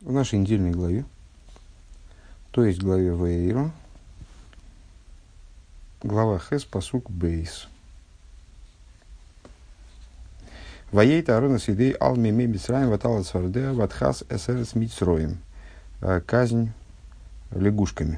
В нашей недельной главе, то есть главе Ваэйро, глава Хес, пасук Бейс. Ваейта Аарона Сидей Ал-Миме Мицраим Ватала Цвардеа Ватхас Эсерес Мицроим. Казнь лягушками.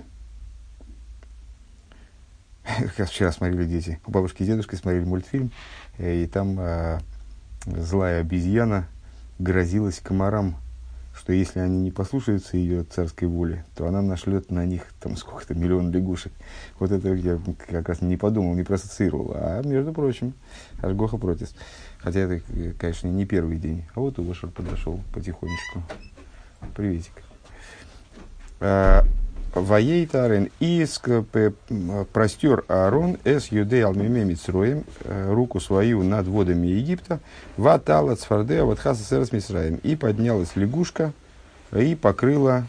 Как вчера смотрели дети. У бабушки и дедушки смотрели мультфильм, и там злая обезьяна грозилась комарам, что если они не послушаются ее царской воли, то она нашлет на них там сколько-то миллион лягушек. Вот это я как раз не подумал, не проассоциировал. А между прочим, Ашгоха Протис. Хотя это, конечно, не первый день. А вот Увашер подошел потихонечку. Приветик. Ваейтарен иск простер Аарон эс юдей алмиме Мицроим руку свою над водами Египта ватала цфардеа ватхаса сэрс Мицраим, и поднялась лягушка и покрыла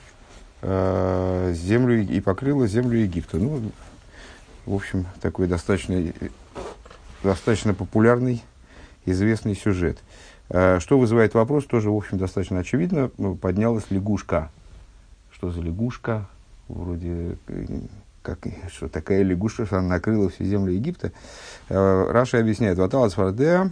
землю Египта. Ну, в общем, такой достаточно популярный, известный сюжет. Что вызывает вопрос, тоже, в общем, достаточно очевидно. Поднялась лягушка. Что за лягушка? Вроде как, что такая лягушка, что она накрыла всю землю Египта. Раши объясняет: «Ватала цфардеа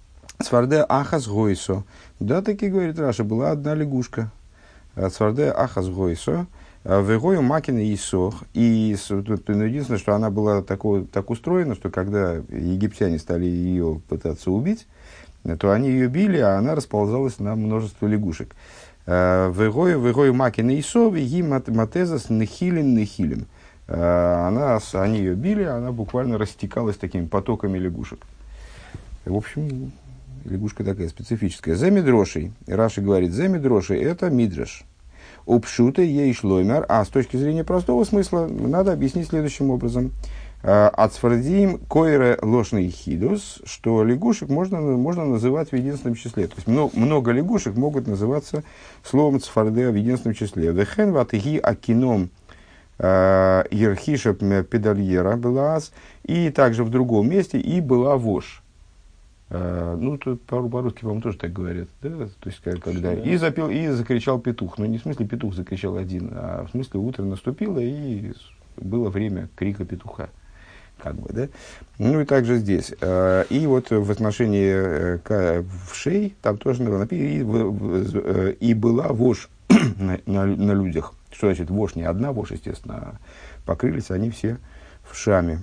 ахас гойсо». Да, таки, говорит Раши, была одна лягушка. Цфардеа ахас гойсо. Вегою макина исох. И единственное, что она была так устроена, что когда египтяне стали ее пытаться убить, то они ее били, а она расползалась на множество лягушек. Вегою макина исов и матезас нехилин. Они ее били, она буквально растекалась такими потоками лягушек. В общем, лягушка такая специфическая. За мидрошей. Раши говорит, за мидрошей это мидраш. Упшуты ей шлоймер. А с точки зрения простого смысла надо объяснить следующим образом. Ацфардиим койре ложный хидус, что лягушек можно называть в единственном числе. То есть много лягушек могут называться словом цфардеа в единственном числе. Вехен ватыги акином ерхиша педальера была, и также в другом месте и была вошь. Ну, тут по-русски, по-моему, тоже так говорят. Да? То есть, когда и запел, и закричал петух. Но не в смысле петух закричал один, а в смысле утро наступило, и было время крика петуха. Как бы, да? Ну и также здесь. И вот в отношении вшей, там тоже написано, и была вошь на людях. Что значит вошь? Не одна вошь, естественно, а покрылись они все вшами.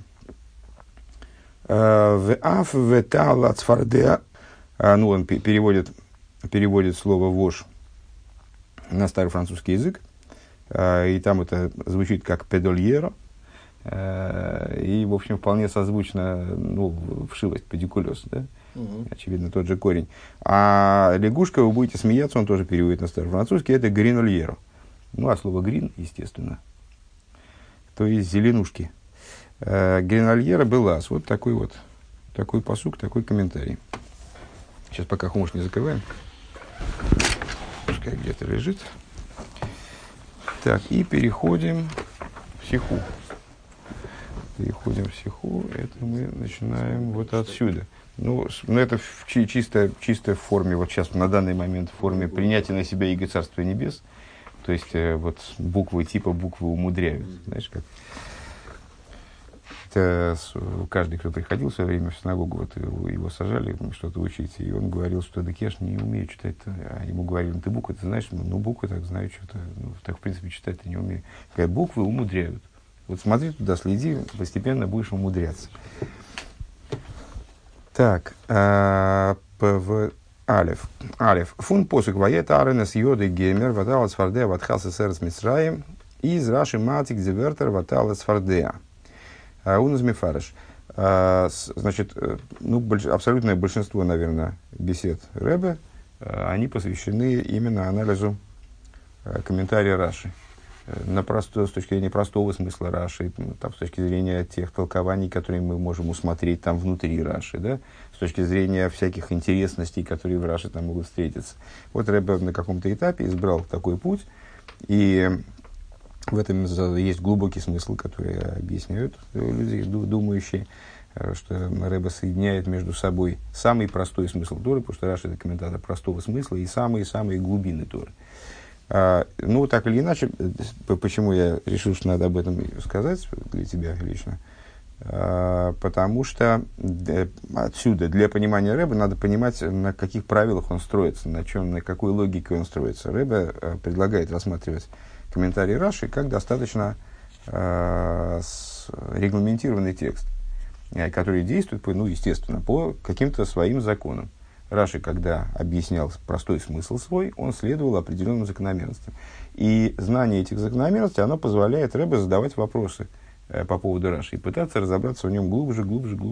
Веаф ветала цфардеа. Ну, он переводит слово вошь на старый французский язык. И там это звучит как педольера. И, в общем, вполне созвучно, вшивость, педикулез, да? Очевидно, тот же корень. А лягушка, вы будете смеяться, он тоже переводит на старофранцузский, это гринольеро. Ну, а слово грин, естественно, то есть зеленушки. Гринольера была. Вот такой пасук, такой комментарий. Сейчас пока хумуш не закрываем. Пускай где-то лежит. Так, и переходим в сиху. Это мы начинаем вот отсюда. Ну это в чистой форме, вот сейчас на данный момент в форме принятия на себя иго Царства Небес. То есть вот буквы умудряют. Знаешь как? Это каждый, кто приходил в свое время в синагогу, вот его сажали что-то учить, и он говорил, что да я ж не умею читать. А ему говорили, ты буквы ты знаешь? Буквы так знаю что-то. Так в принципе читать-то не умею. Буквы умудряют. Вот смотри туда, следи, постепенно будешь умудряться. Так, Алеф. Фун посук вает аренес йоды геймер ватал цфардеа ватхаса сэрс Мицраим из Раши матик зевертер ватал цфардеа. Унус мифарыш. Значит, абсолютное большинство, наверное, бесед Ребе, они посвящены именно анализу комментария Раши. С точки зрения простого смысла Раши, там, с точки зрения тех толкований, которые мы можем усмотреть там внутри Раши, да? С точки зрения всяких интересностей, которые в Раши там могут встретиться. Вот Ребе на каком-то этапе избрал такой путь, и в этом есть глубокий смысл, который объясняют люди, думающие, что Ребе соединяет между собой самый простой смысл Торы, потому что Раши — это комментатор простого смысла, и самые глубины Торы. Ну, так или иначе, почему я решил, что надо об этом сказать для тебя лично? Потому что отсюда, для понимания Ребе, надо понимать, на каких правилах он строится, на какой логике он строится. Ребе предлагает рассматривать комментарий Раши как достаточно регламентированный текст, который действует, естественно, по каким-то своим законам. Раши, когда объяснял простой смысл свой, он следовал определенным закономерностям. И знание этих закономерностей, оно позволяет Ребе задавать вопросы по поводу Раши и пытаться разобраться в нем глубже.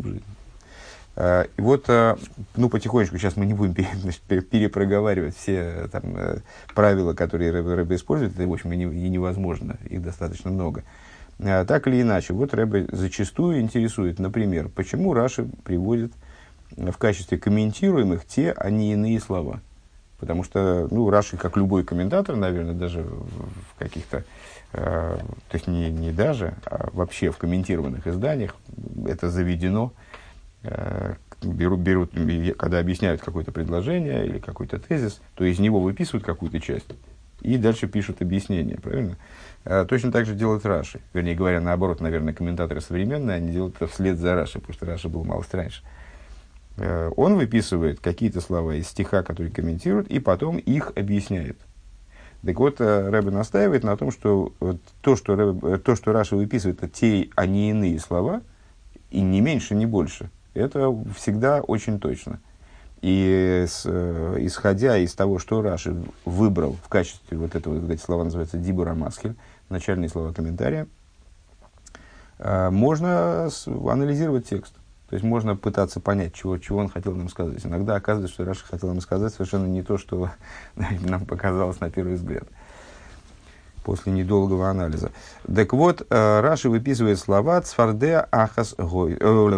И вот, потихонечку, сейчас мы не будем перепроговаривать все правила, которые Ребе использует, это, в общем, и невозможно, их достаточно много. Так или иначе, вот Ребе зачастую интересует, например, почему Раши приводит в качестве комментируемых те, а не иные слова. Потому что, Раши, как любой комментатор, наверное, даже в каких-то, то есть не даже, а вообще в комментированных изданиях, это заведено, берут, когда объясняют какое-то предложение или какой-то тезис, то из него выписывают какую-то часть и дальше пишут объяснение, правильно? Точно так же делают Раши. Вернее говоря, наоборот, наверное, комментаторы современные, они делают это вслед за Раши, потому что Раши был малость раньше. Он выписывает какие-то слова из стиха, которые комментирует, и потом их объясняет. Так вот, Ребе настаивает на том, что то, что Раши выписывает, это те, а не иные слова, и не меньше, не больше. Это всегда очень точно. И исходя из того, что Раши выбрал в качестве вот эти слова называются дибур амасхель, начальные слова комментария, можно анализировать текст. То есть можно пытаться понять, чего он хотел нам сказать. Иногда оказывается, что Раши хотел нам сказать совершенно не то, что нам показалось на первый взгляд, после недолгого анализа. Так вот, Раши выписывает слова «цфарде ахас гой»,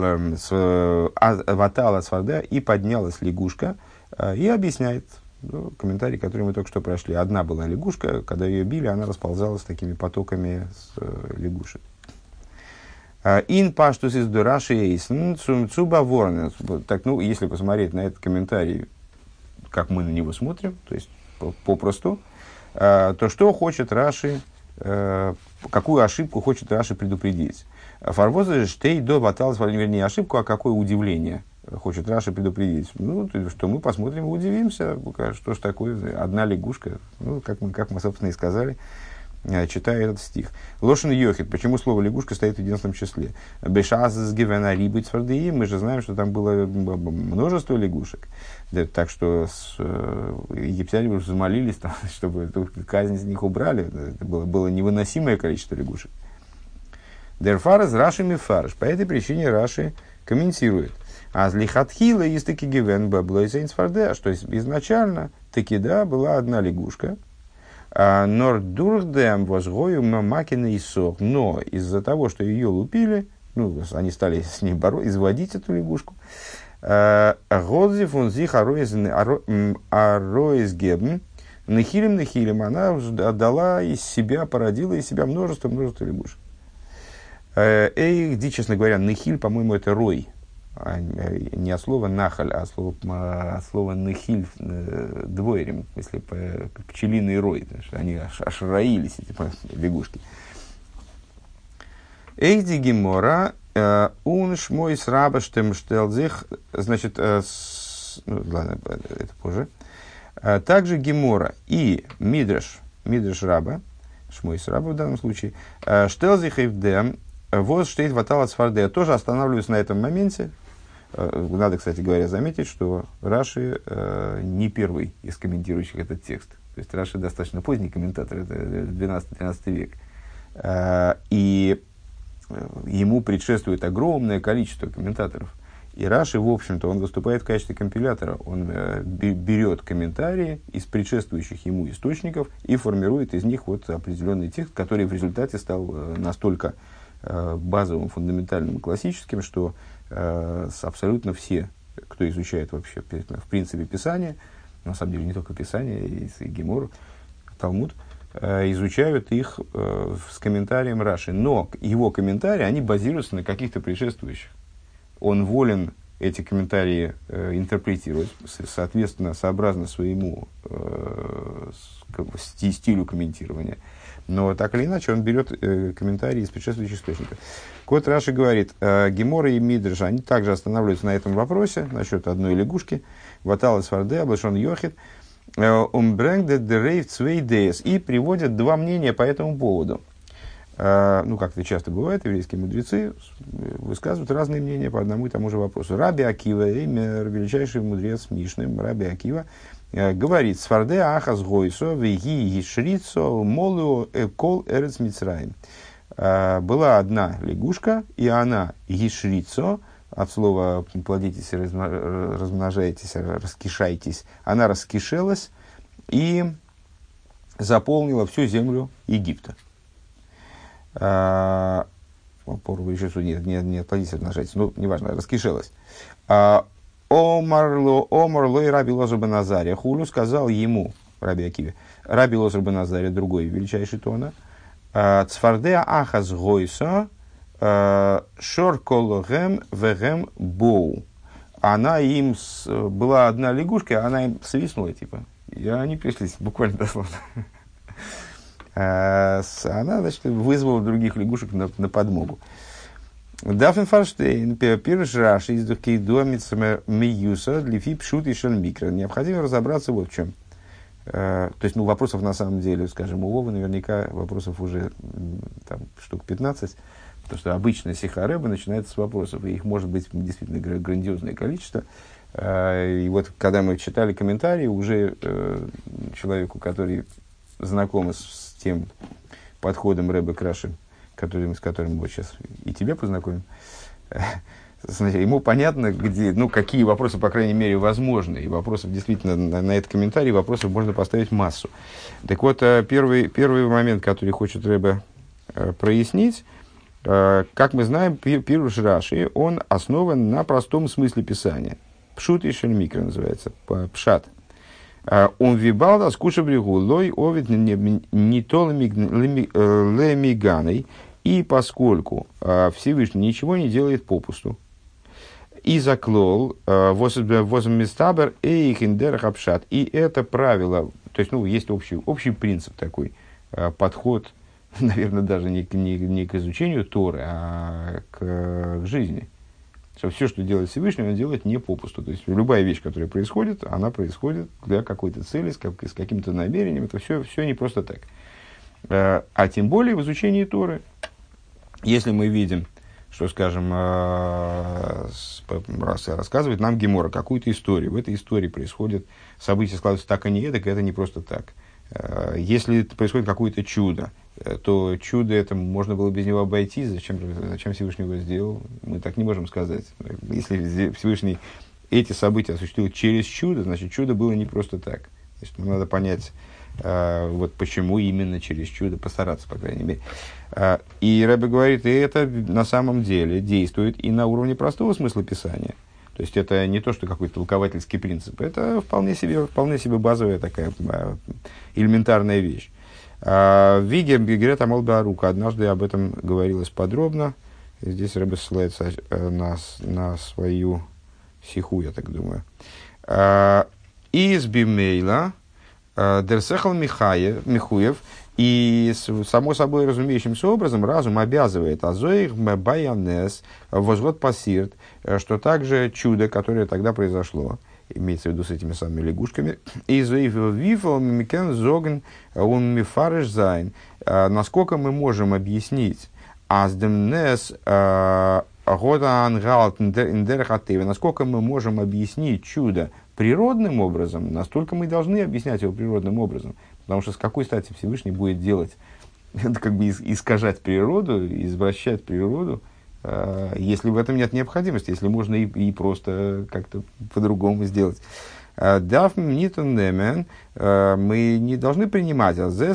«ватала цфарде» и «поднялась лягушка», и объясняет комментарий, который мы только что прошли. Одна была лягушка, когда ее били, она расползалась такими потоками лягушек. «Ин паштус из дураши эйсн цуба ворнен». Так, если посмотреть на этот комментарий, как мы на него смотрим, то есть попросту, то что хочет Раши, какую ошибку хочет Раши предупредить? Фарвоза штей до баталс, вернее, ошибку, а какое удивление хочет Раши предупредить? Что мы посмотрим и удивимся, что ж такое, одна лягушка, как мы, собственно, и сказали, читая этот стих. Лошен йохит. Почему слово лягушка стоит в единственном числе? Бешаз сгивена рибы цвардеи. Мы же знаем, что там было множество лягушек. Так что египтяне взмолились, чтобы казнь из них убрали. Это было невыносимое количество лягушек. Дерфарес Раши мифарш. По этой причине Раши комментирует. А злихатхила из таки гивен баблойзейн цвардеа. Что изначально таки была одна лягушка. Нордурдем возгою мамакина и сок. Но из-за того, что ее лупили, они стали с ней изводить эту лягушку. Годзив он зих ароизгебн нехилем, она отдала из себя, породила из себя множество лягушек. Где, честно говоря, нехиль, по-моему, это рой. Не от слова нахаль, а от слова нехиль двоерем, если пчелиный рой, что они аж роились, эти лягушки. Эйди гемора унш мой срабаштем штелзих, значит, ладно, это позже. Также гемора и мидраш раба, шмой раба в данном случае, штелзих эвдем, воз штейт ватала цфардея, тоже останавливаются на этом моменте. Надо, кстати говоря, заметить, что Раши не первый из комментирующих этот текст. То есть Раши достаточно поздний комментатор, это 12-13 век. И ему предшествует огромное количество комментаторов. И Раши, в общем-то, он выступает в качестве компилятора. Он берет комментарии из предшествующих ему источников и формирует из них определенный текст, который в результате стал настолько базовым, фундаментальным и классическим, что абсолютно все, кто изучает вообще, в принципе, Писание, на самом деле не только Писание, и Гемор, Талмуд, изучают их с комментарием Раши. Но его комментарии, они базируются на каких-то предшествующих. Он волен эти комментарии интерпретировать, соответственно, сообразно своему стилю комментирования. Но так или иначе он берет комментарии из предшествующих источников. Кот Раши говорит, Гемора и Мидраш, они также останавливаются на этом вопросе, насчет одной лягушки, Ватал Сварде, Аблашон Йохит, Умбрэнгде Дерейв Цвейдеес, и приводят два мнения по этому поводу. Ну, как это часто бывает, еврейские мудрецы высказывают разные мнения по одному и тому же вопросу. Раби Акива, имя величайший мудрец Мишны, Раби Акива, говорит, «Сфарде ахас гойсо, веги гишрицо, молу кол эрец мицраим». Была одна лягушка, и она гишрицо, от слова плодитесь, размножайтесь, раскишайтесь, она раскишелась и заполнила всю землю Египта. Нет, плодитесь, размножайтесь, ну, неважно, раскишелась. Омарло и Раби Лозер бен Азария хулю сказал ему, Раби Акиве, Раби Лозер бен Азария, другой величайший Тона, Цфардеа ахас гойса шоркологем вегем боу. Она им была одна лягушка, она им свистнула, типа, и они пришли, буквально дословно. Она, значит, вызвала других лягушек на подмогу. Дафн Фарштейн, пирш Раши, из Духейдуамицами Миюса, Лифи Пшут и Шельмикра. Необходимо разобраться вот в чем. То есть, ну, вопросов на самом деле, скажем, у Вовы наверняка вопросов уже там, штук 15, потому что обычно сиха Рэба начинается с вопросов, и их может быть действительно грандиозное количество. И вот, когда мы читали комментарии, уже человеку, который знаком с тем подходом Рэба к Раши, с которым мы вот сейчас и тебя познакомим, значит, ему понятно, где, ну, какие вопросы, по крайней мере, возможны. И вопросов действительно на этот комментарий вопросов можно поставить массу. Так вот, первый момент, который хочет Рэбе прояснить, как мы знаем, пируш Раши, он основан на простом смысле писания. Пшут и шельмикра называется, пшат. Он вибалда скуша брегу лой овид не то лемиганой. И поскольку Всевышний ничего не делает попусту, и заклол возместабер эйхиндер хапшат, и это правило, то есть, ну, есть общий принцип такой, подход, наверное, даже не к изучению Торы, а к жизни. Что все, что делает Всевышний, он делает не попусту. То есть любая вещь, которая происходит, она происходит для какой-то цели, с каким-то намерением. Это все не просто так. А тем более в изучении Торы. Если мы видим, что, скажем, рассказывает нам Гемора какую-то историю, в этой истории происходит события, складываются так, а не эдак, это не просто так. Если происходит какое-то чудо, то чудо это можно было без него обойти. Зачем Всевышний его сделал? Мы так не можем сказать. Если Всевышний эти события осуществил через чудо, значит, чудо было не просто так. Значит, нам надо понять, вот почему именно через чудо, постараться, по крайней мере. И Рэбе говорит, и это на самом деле действует и на уровне простого смысла писания. То есть это не то, что какой-то толковательский принцип, это вполне себе базовая такая элементарная вещь. Виге Бигрет Амол Баарука, однажды об этом говорилось подробно. Здесь Рэбе ссылается на свою сиху, я так думаю. Из Бимейла Дерсехал Михуев, и само собой разумеющимся образом разум обязывает Азоих Баянес Возгод Пасирт, что также чудо, которое тогда произошло, имеется в виду с этими самыми лягушками, из Вифа Микен Зоген он Мифареш Зайн, насколько мы можем объяснить Аздемнес Года Ангалт Индерхатева, насколько мы можем объяснить чудо природным образом, настолько мы должны объяснять его природным образом. Потому что с какой стати Всевышний будет делать, как бы искажать природу, извращать природу, если в этом нет необходимости, если можно и просто как-то по-другому сделать. Мы не должны принимать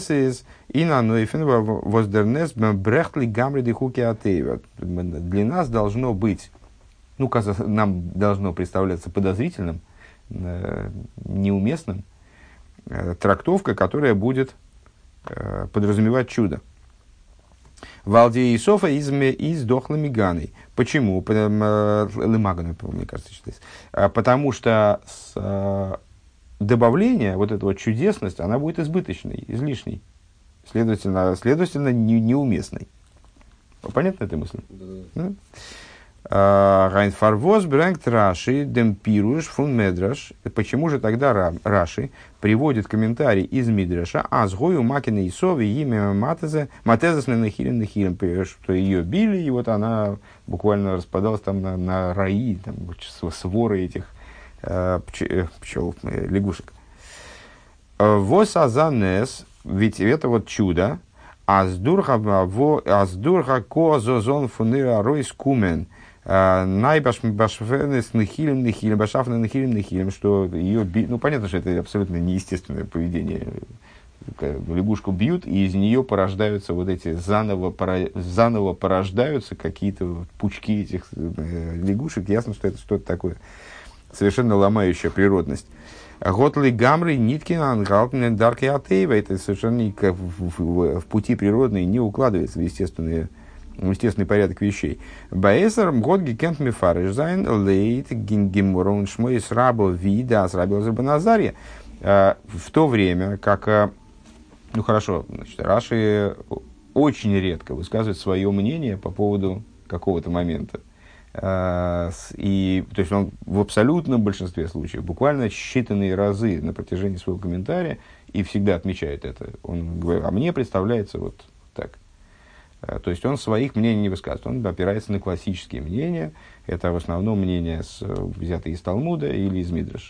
для нас должно быть, ну, нам должно представляться подозрительным, неуместным трактовка, которая будет подразумевать чудо. Валдия и Софа из дохлыми ганой. Почему? Лымаганой, мне кажется, считается. Потому что добавление, вот эта вот чудесность, она будет избыточной, излишней. Следовательно неуместной. Понятна эта мысль? Да. Райнфарвоз брэнкт Раши демпируш фун медраш. Почему же тогда Раши приводит комментарий из Мидраша, а с гою макина и сови имя матезас нахилем, что ее били, и вот она буквально распадалась там на раи, там, своры этих пчел, лягушек. Вос азанес, ведь это вот чудо, аздурха козозон фунира ройс кумен, найбашфенес нахилем, башафна нахилем, что ее бьют. Ну, понятно, что это абсолютно неестественное поведение. Лягушку бьют, и из нее порождаются вот эти заново порождаются какие-то пучки этих лягушек. Ясно, что это что-то такое совершенно ломающая природность. Готли гамры ниткин ангалтен дарки атеева. Это совершенно в пути природные не укладывается в естественный порядок вещей. Баэсер мгодги кент мифариш зайн лейт гингемурон шмой срабо вида срабил забаназарья. В то время, как, ну хорошо, значит, Раши очень редко высказывает свое мнение по поводу какого-то момента. И, то есть он в абсолютном большинстве случаев, буквально считанные разы на протяжении своего комментария, и всегда отмечает это. Он говорит, а мне представляется вот так. То есть он своих мнений не высказывает, он опирается на классические мнения. Это в основном мнения, взятые из Талмуда или из Мидраша.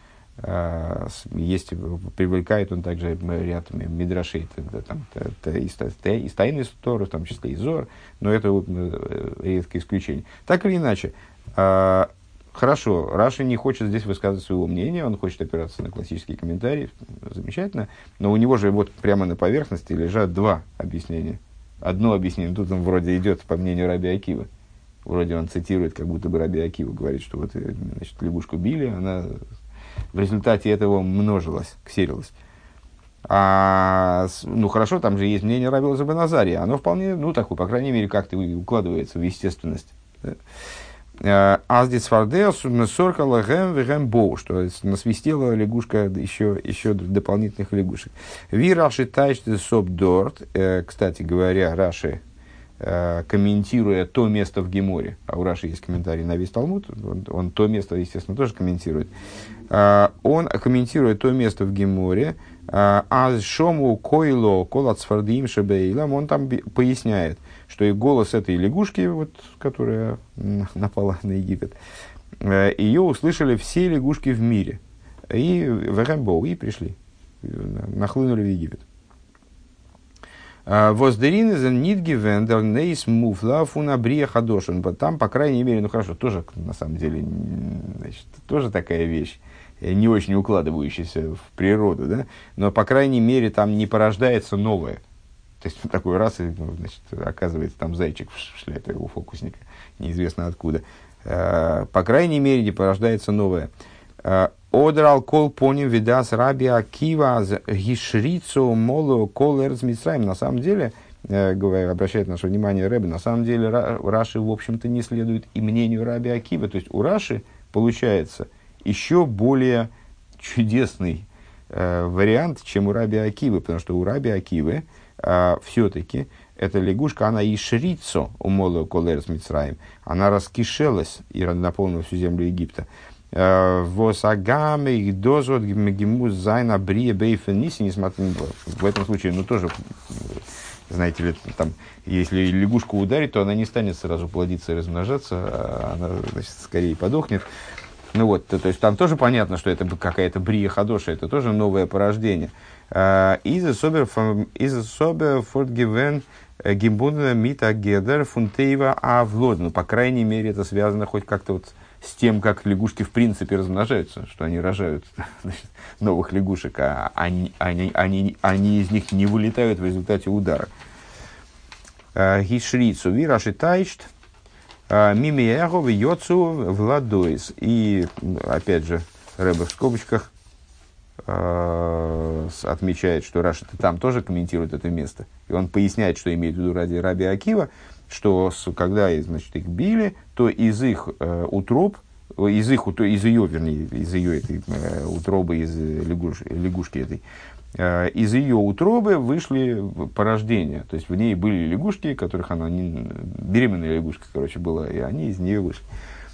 Привлекает он также ряд мидрашей из Тайны Торы, в том числе и Зор, но это редкое исключение. Так или иначе, хорошо, Раши не хочет здесь высказывать своего мнения, он хочет опираться на классические комментарии, замечательно, но у него же вот прямо на поверхности лежат два объяснения. Одно объяснение, тут он вроде идет по мнению Раби Акивы, вроде он цитирует, как будто бы Раби Акива говорит, что вот, значит, лягушку били, она в результате этого множилась, ксерилась. Ну хорошо, там же есть мнение Раби Элазара бен Азария, оно вполне, ну такое, по крайней мере, как-то укладывается в естественность. Аздис фардеос соркала гэм вэгэм боу, что насвистела лягушка еще дополнительных лягушек. Ви Раши тайшты соп дорт, кстати говоря, Раши, комментируя то место в Геморе, а у Раши есть комментарий на весь Талмуд, он то место, естественно, тоже комментирует. Он комментирует то место в Геморе, а шому койло колацфардим шебейлам, он там поясняет, что и голос этой лягушки, вот, которая напала на Египет, ее услышали все лягушки в мире. И в Эгэмбоу, и пришли, нахлынули в Египет. Воздерин из нитги вендер нейс муфла фунабрия хадошин. Там, по крайней мере, ну хорошо, тоже, на самом деле, значит, тоже такая вещь, не очень укладывающаяся в природу, да? Но, по крайней мере, там не порождается новое. То есть, такой раз, и, значит, оказывается, там зайчик в шляпе у фокусника, неизвестно откуда. По крайней мере, не порождается новое. Одрал кол поним видас раби Акива гишрицу молу кол эрц мицраим. На самом деле, обращает наше внимание Рэбе, на самом деле Раши, в общем-то, не следует и мнению раби Акива. То есть, у Раши получается еще более чудесный вариант, чем у раби Акивы, потому что у раби Акивы все-таки эта лягушка, она и шрицо у молу кол эрц мицраим, она раскишелась и наполнила всю землю Египта. Восагаме их дозот гемус зайна брие бейфениси, несмотря в этом случае, ну тоже, знаете ли, там, если лягушку ударить, то она не станет сразу плодиться и размножаться, а она, значит, скорее подохнет. Ну вот, то есть там тоже понятно, что это какая-то брия хадоша, это тоже новое порождение. Из собер фортгивен гимбунна мита гедер фунтеева авлод. Ну, по крайней мере, это связано хоть как-то вот с тем, как лягушки в принципе размножаются, что они рожают, значит, новых лягушек, а они из них не вылетают в результате удара. Гишрицу вираши тайшт мимиягов йоцу владойс. И опять же Рэбе в скобочках отмечает, что Раши там тоже комментирует это место, и он поясняет, что имеет в виду Раби Акива, что когда, значит, их били, то из их утроб, из ее этой утробы, из лягушки этой, из ее утробы вышли порождения. То есть в ней были лягушки, которых она, беременная лягушка, короче, была, и они из нее вышли.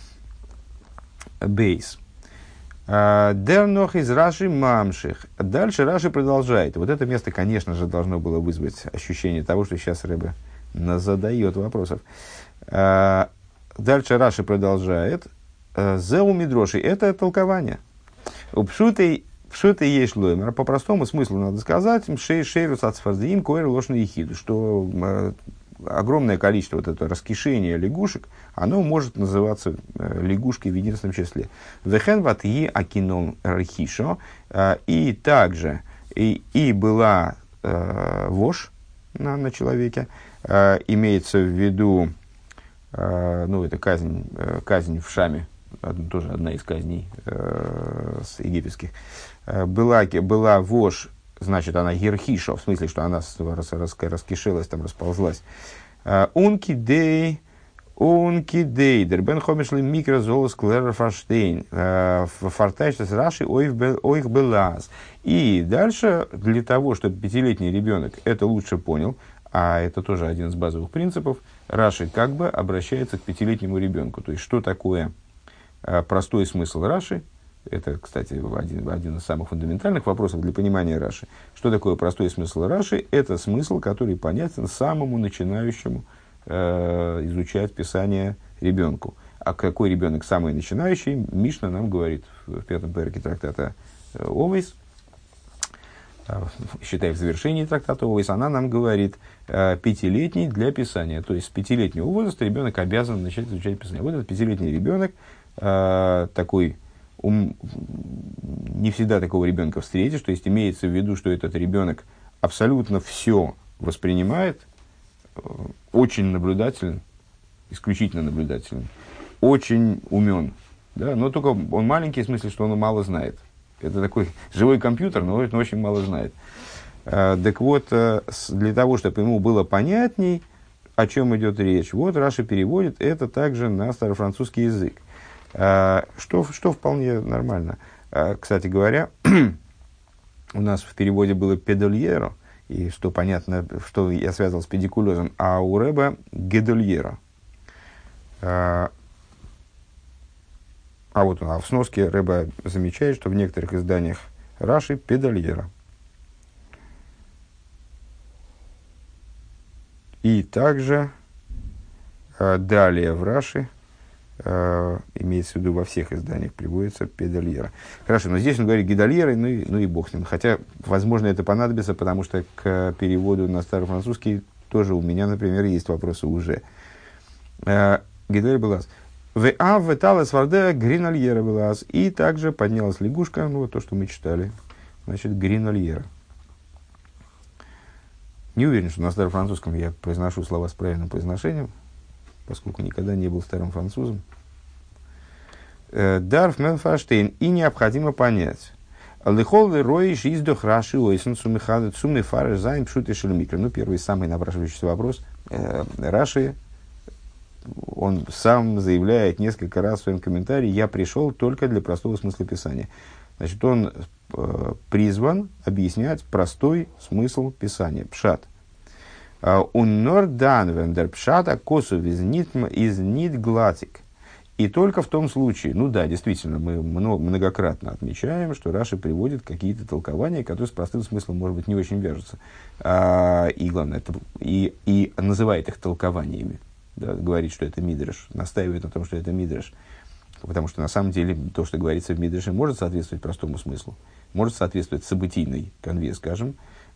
Бейс. Дернох из Раши мамших. Дальше Раши продолжает. Вот это место, конечно же, должно было вызвать ощущение того, что сейчас Ребе задает вопросов. Дальше Раши продолжает. Зеу мидроши. Это толкование. Пшуты есть лоймер. По простому смыслу надо сказать, шейрус ацфардиим коэр лошный ехиду, что огромное количество вот этого раскишения лягушек, оно может называться лягушкой в единственном числе. Вехен ват е акином рхишо. И также и была вошь на человеке. Имеется в виду, ну, это казнь в Шаме, тоже одна из казней с египетских. Была вошь, значит, она герхиша, в смысле, что она раскишилась, там расползлась. Унки дей, дербен хомишли микро золос клэр фарштейн, фартайштас раши оих белаз. И дальше, для того, чтобы пятилетний ребенок это лучше понял, а это тоже один из базовых принципов, Раши как бы обращается к пятилетнему ребенку. То есть, что такое простой смысл Раши? Это, кстати, один из самых фундаментальных вопросов для понимания Раши. Что такое простой смысл Раши? Это смысл, который понятен самому начинающему изучать Писание ребенку. А какой ребенок самый начинающий? Мишна нам говорит в 5-м перке трактата Овейс, считай, в завершении трактата Овейс, она нам говорит, 5-летний для Писания. То есть с 5-летнего возраста ребенок обязан начать изучать Писание. Вот этот 5-летний ребенок, такой, не всегда такого ребенка встретишь, то есть имеется в виду, что этот ребенок абсолютно все воспринимает, очень наблюдателен, исключительно наблюдателен, очень умен, да? Но только он маленький, в смысле, что он мало знает. Это такой живой компьютер, но он очень мало знает. Так вот, для того, чтобы ему было понятней, о чем идет речь, вот Раши переводит это также на старофранцузский язык. Что вполне нормально. Кстати говоря, у нас в переводе было «педольеро», и что понятно, что я связал с педикулезом, а у Рэба «гедольеро». А в сноске Рэба замечает, что в некоторых изданиях Раши «педольеро». И также далее в Раши, имеется в виду во всех изданиях, приводится «педольера». Хорошо, но здесь он говорит «гидольера», ну и бог с ним. Хотя, возможно, это понадобится, потому что к переводу на старофранцузский тоже у меня, например, есть вопросы уже. «Гидольера белаз». «Веав веталас вардеа гринольера белаз». И также поднялась лягушка, ну вот то, что мы читали. Значит, гринольера. Не уверен, что на старофранцузском я произношу слова с правильным произношением, поскольку никогда не был старым французом. Дарф Мелфаштейн. И необходимо понять. Лихолы роиш издох Раши ойсен сумихады цуми фары займ пшуты шельмикры. Ну, первый самый напрашивающийся вопрос. Раши, он сам заявляет несколько раз в своем комментарии: я пришел только для простого смысла Писания. Значит, он призван объяснять простой смысл Писания. Пшат. Уннордан вендер пшата косу из нит глатик. И только в том случае, ну да, действительно, мы многократно отмечаем, что Раши приводит какие-то толкования, которые с простым смыслом, может быть, не очень вяжутся. И главное, и называет их толкованиями. Да, говорит, что это мидраш, настаивает на том, что это мидраш. Потому что на самом деле то, что говорится в мидраше, может соответствовать простому смыслу, может соответствовать событийной канве, скажем.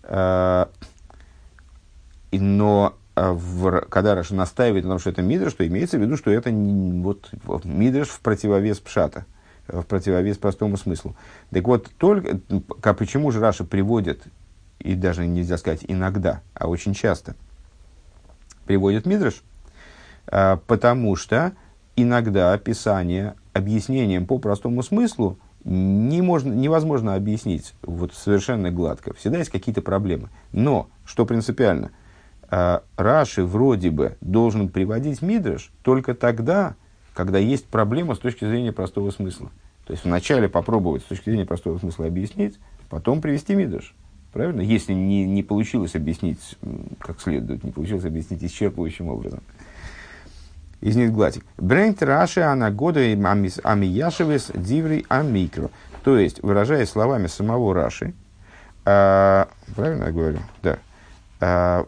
Но когда Раши настаивает на том, что это мидраш, то имеется в виду, что это вот, мидраш в противовес пшата, в противовес простому смыслу. Так вот, почему же Раши приводит, и даже нельзя сказать иногда, а очень часто приводит мидраш? Потому что иногда Писание объяснением по простому смыслу невозможно объяснить вот совершенно гладко. Всегда есть какие-то проблемы. Но, что принципиально, Раши вроде бы должен приводить мидраш только тогда, когда есть проблема с точки зрения простого смысла. То есть вначале попробовать с точки зрения простого смысла объяснить, потом привести мидраш. Правильно? Если не получилось объяснить как следует, не получилось объяснить исчерпывающим образом. Из них гладик. Брэнкт Раши анагода амияшевес диври амикро. То есть, выражаясь словами самого Раши, правильно я говорю? Да.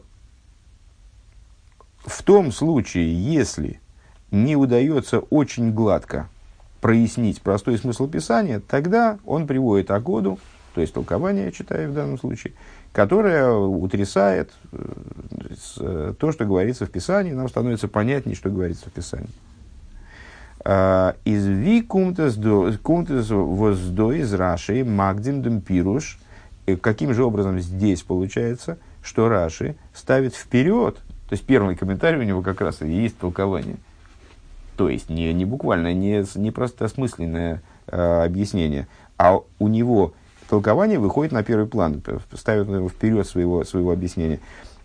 В том случае, если не удается очень гладко прояснить простой смысл Писания, тогда он приводит агоду, то есть толкование, читаю в данном случае, которое утрясает то, что говорится в Писании, нам становится понятнее, что говорится в Писании. Из ви кумтес воздой из Раши магдим дем пируш. Каким же образом здесь получается, что Раши ставит вперед, то есть первый комментарий у него как раз и есть толкование. То есть не буквально, не просто осмысленное объяснение, а у него толкование выходит на первый план, ставит его вперед своего объяснения.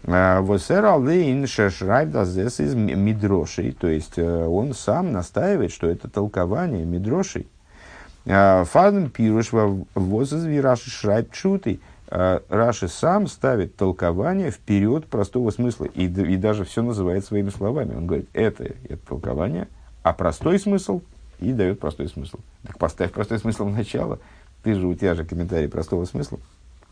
То есть он сам настаивает, что это толкование мидрошей. Фаден пируш воззви Раши шрайб чутый. Раши сам ставит толкование вперед простого смысла и даже все называет своими словами. Он говорит, это толкование, а простой смысл и дает простой смысл. Так поставь простой смысл в начало. У тебя же комментарий простого смысла.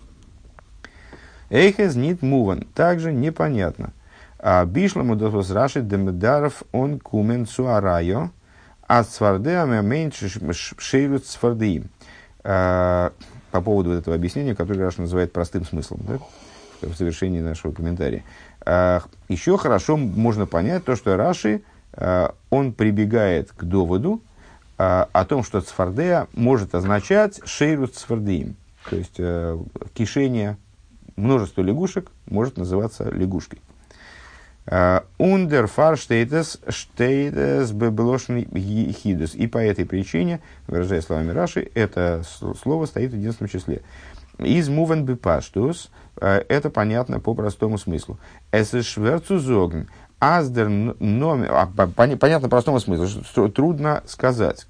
Эйхез нит муван. Также непонятно. Бишламу досвос Раши демедаров он кумен суарайо, а цвардеами меньше шейлют цвардеим. По поводу вот этого объяснения, которое Раши называет простым смыслом, да? В завершении нашего комментария. Еще хорошо можно понять то, что Раши, он прибегает к доводу о том, что цфардея может означать шейрут цфардеим, то есть кишение, множество лягушек может называться лягушкой. Ундер фар штейтес беблошный хидус. И по этой причине, выражая словами Раши, это слово стоит в единственном числе. Из мувен бепаштус, это понятно по простому смыслу. Es ist schwer zu sagen, as der Nomen, понятно простому смыслу, что трудно сказать.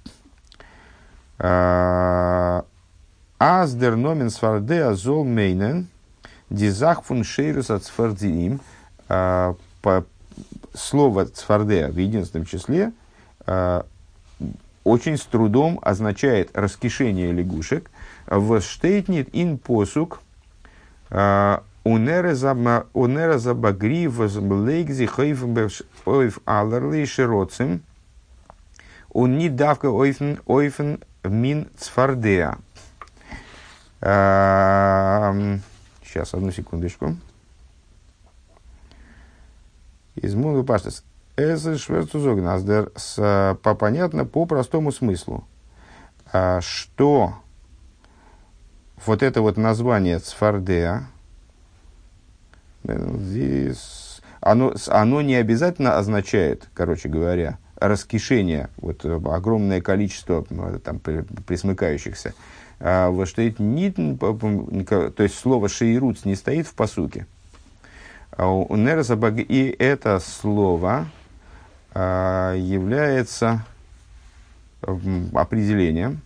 As der Nomen Sfardea soll meinen, die Sach von Sheirus at Sfardiim, слово «цфардея» в единственном числе очень с трудом означает раскишение лягушек. В штейтнит ин посук унера забагри возмлейгзи хойф алерли широцим он не давка ойфен мин цфардея. Сейчас, одну секундочку. Из мунду паштас. Это шверцузогназдер. Понятно по простому смыслу, что вот это вот название цфардея, здесь, оно не обязательно означает, короче говоря, раскишение, вот огромное количество там присмыкающихся. То есть слово шейруц не стоит в пасуке. И это слово является определением,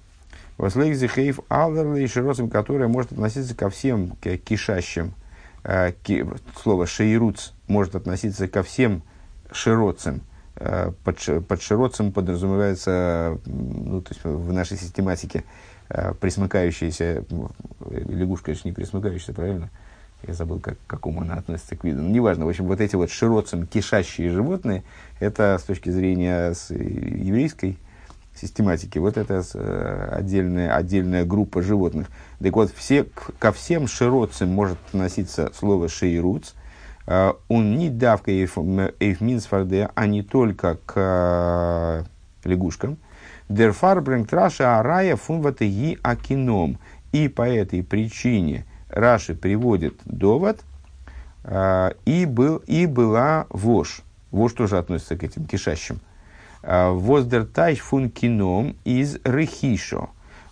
которое может относиться ко всем кишащим. Слово шейруц может относиться ко всем широцам. Под широцем подразумевается, то есть в нашей систематике, присмыкающаяся лягушка, конечно, не присмыкающаяся, правильно? Я забыл, к какому она относится к виду. Но неважно. В общем, вот эти вот широцем кишащие животные, это с точки зрения еврейской систематики, вот это отдельная группа животных. Так вот, ко всем широцам может относиться слово шейруц. Он не давка эйфминсфарде, а не только к лягушкам. Дерфар брэнгт раша арая фунватеги акином. И по этой причине Раши приводит довод, и была вошь. Вошь тоже относится к этим кишащим. Воздертайш фун кином из рехишо.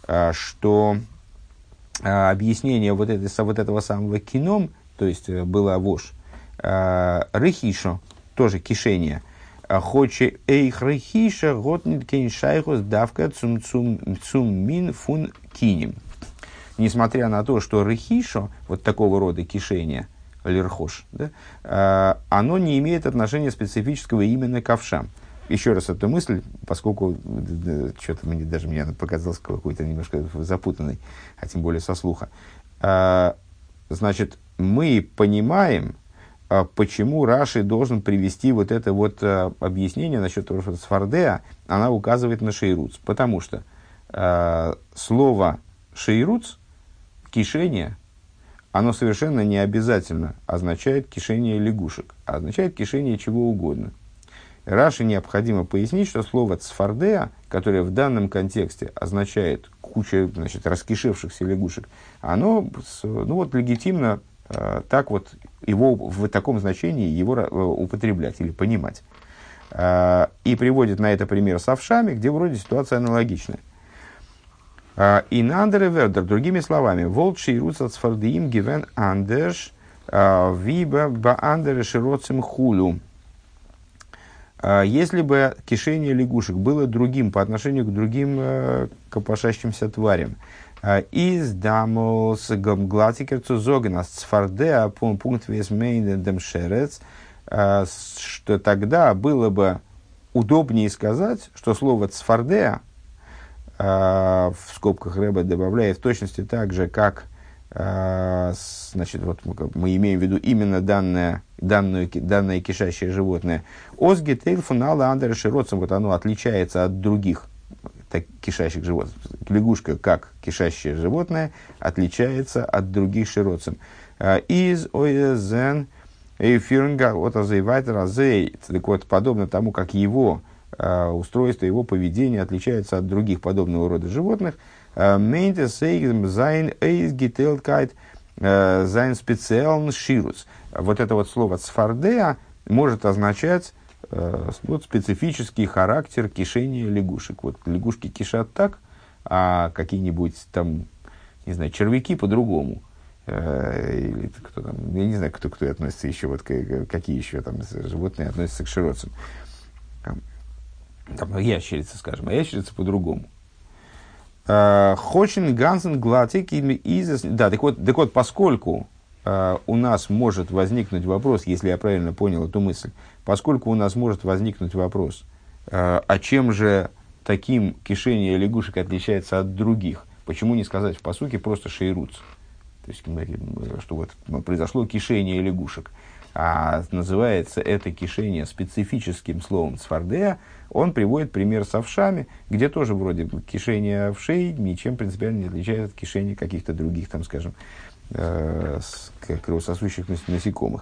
что объяснение вот этого самого кином, то есть была вошь, рехишо, тоже кишение, хоче эйх рехиша готнит кейншайхус давка цум мин фун кинем. Несмотря на то, что рехишо, вот такого рода кишение, лирхош, да, оно не имеет отношения специфического именно к овшам. Еще раз эту мысль, поскольку что-то мне показалось какой-то немножко запутанной, а тем более со слуха. Значит, мы понимаем, почему Раши должен привести вот это вот объяснение насчет того, что сфардеа, она указывает на шейруц. Потому что слово шейруц, кишение, оно совершенно не обязательно означает кишение лягушек, а означает кишение чего угодно. Раши необходимо пояснить, что слово цфардеа, которое в данном контексте означает куча, значит, раскишевшихся лягушек, оно легитимно так вот его в таком значении его употреблять или понимать. И приводит на это пример с овшами, где вроде ситуация аналогичная. И нандере вердер, другими словами, волт шейруц от цфардеим гивен андерш виба ба андере широцем хулю. Если бы кишение лягушек было другим по отношению к другим копошащимся тварям, из дамос гамглатикер цузогнас цфардеа пункт весмейн демшерец, что тогда было бы удобнее сказать, что слово цфардеа, в скобках Рэбе добавляет в точности так же, как значит, вот мы имеем в виду именно данное кишащее животное. Озги тейлфунала андер широцем, вот оно отличается от других кишащих животных. Лягушка, как кишащее животное, отличается от других широцем. Из оезен эйфирнга от азейвайтер азей. Так вот, подобно тому, как его устройство, его поведение отличается от других подобного рода животных, мейнте сейгм зайн эйз гителкайт зайн специалн ширус. Вот это вот слово цфардеа может означать вот, специфический характер кишения лягушек. Вот лягушки кишат так, а какие-нибудь там, не знаю, червяки по-другому. Или кто там, я не знаю, кто относится еще, вот, какие еще там животные относятся к широцам. Там ящерица, скажем, а ящерица по-другому. Хочен гансен глатик из... Да, так вот, поскольку у нас может возникнуть вопрос, если я правильно понял эту мысль, поскольку у нас может возникнуть вопрос, а чем же таким кишение лягушек отличается от других, почему не сказать в пасуке просто шейруц? То есть, что вот произошло кишение лягушек, а называется это кишение специфическим словом цфардеа, он приводит пример с овшами, где тоже вроде кишение овшей ничем принципиально не отличается от кишения каких-то других, там, скажем, кровососущих насекомых.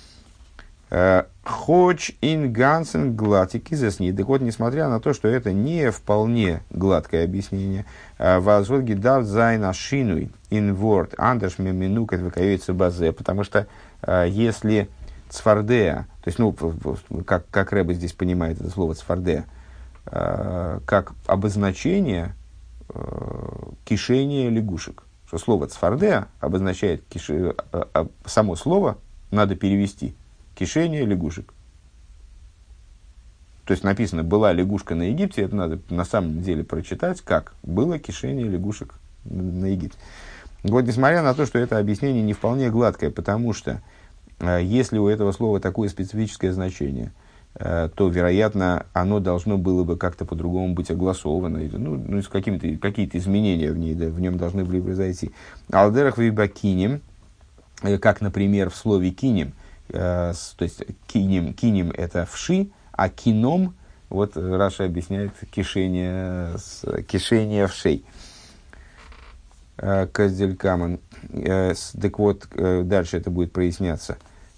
Хоч ин гансен гладик изясни. Так вот, несмотря на то, что это не вполне гладкое объяснение, возгод гидав зайна шинуй ин ворд андерш меминук отвыкается базе, потому что если цфардеа, то есть, ну, как Рэбе здесь понимает это слово цфардеа, как обозначение кишения лягушек, что слово цфардеа обозначает само слово надо перевести кишение лягушек. То есть написано «была лягушка на Египте», это надо на самом деле прочитать, как было кишение лягушек на Египте. Вот, несмотря на то, что это объяснение не вполне гладкое, потому что если у этого слова такое специфическое значение, то, вероятно, оно должно было бы как-то по-другому быть огласовано, ну какие-то изменения в нем должны были произойти. Алдерах виба кинем, как, например, в слове кинем, то есть кинем это вши, а кином, вот Раша объясняет кишение вшей. Казделькаман. Так вот, дальше это будет проясняться.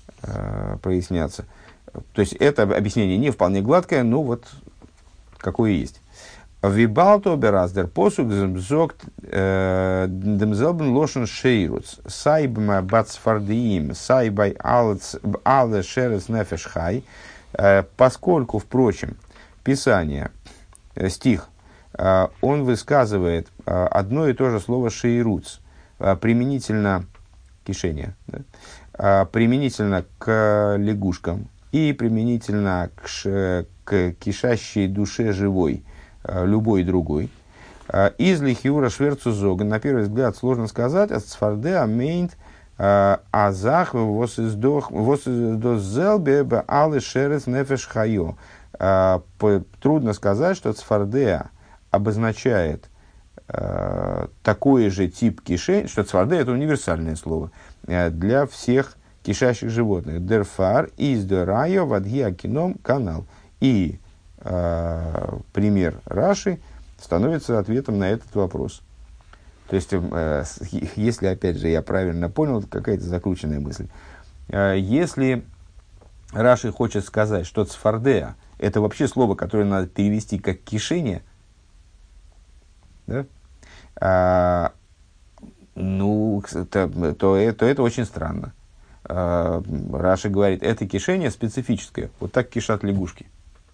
То есть это объяснение не вполне гладкое, но вот какое есть. Вибалто бераздер посук зогт демзелбен лошен шейруц сайбма бацфардиим сайбай але шерес нефеш хай. Поскольку, впрочем, Писание, стих он высказывает одно и то же слово «шейруц» применительно кишения, да? Применительно к лягушкам и применительно к кишащей душе живой, любой другой. Из лихиура шверцу зога, на первый взгляд сложно сказать, от сфардеа мейнт азах восиздозелбе алы шерец нефеш хайо. Трудно сказать, что цфардеа обозначает такой же тип кишения, что цфардеа это универсальное слово для всех кишащих животных. Дерфар из дерайо вадгиакином канал. И пример Раши становится ответом на этот вопрос. То есть, если, опять же, я правильно понял, какая-то заключенная мысль. Если Раши хочет сказать, что цфардеа – это вообще слово, которое надо перевести как кишение, да? То это очень странно. Раши говорит, это кишение специфическое. Вот так кишат лягушки.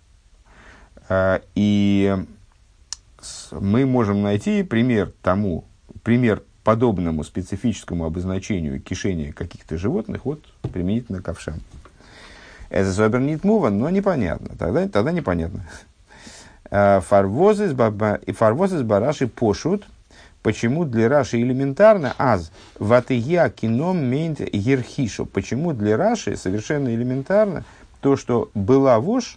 И мы можем найти пример подобному специфическому обозначению кишения каких-то животных, вот применительно к овшам. Это зобернит мува, но непонятно. Тогда непонятно. Фарвозис бараши пошут. Почему для Раши элементарно аз ватыя кином мейнт ерхишу? Почему для Раши совершенно элементарно то, что была вошь,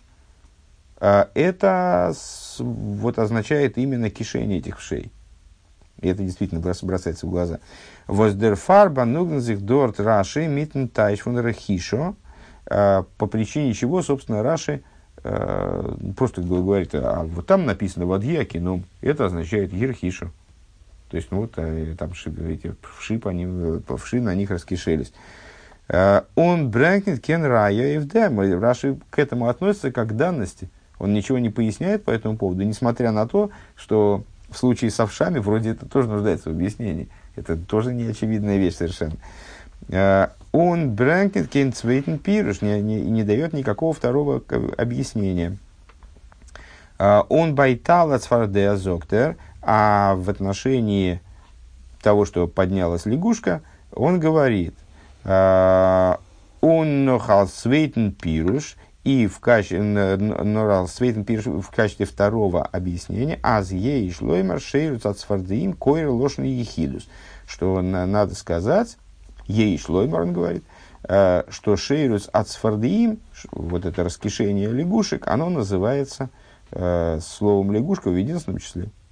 это вот означает именно кишение этих вшей. И это действительно бросается в глаза. Воздерфарба нугнзих дорт Раши митн тайшвун рехишо. По причине чего, собственно, Раши просто говорит, а вот там написано ватыя кином, это означает ерхишу. То есть, там эти вши на них раскишелись. Он брэнкнет кен рая и вдэм. Раши к этому относится как к данности. Он ничего не поясняет по этому поводу, несмотря на то, что в случае с овшами вроде это тоже нуждается в объяснении. Это тоже не очевидная вещь совершенно. Он брэнкнет кен цвейтен пируш, не дает никакого второго объяснения. Он байтал от цфардеа зоктер. А в отношении того, что поднялась лягушка, он говорит, он нохал свейтен пируш, и в качестве второго объяснения, аз ей шлоймер шейрус от сфардеим койр лошный ехидус, что надо сказать, ей шлоймер, он говорит, что шейрус от сфардеим, вот это раскишение лягушек, оно называется словом лягушка в единственном числе.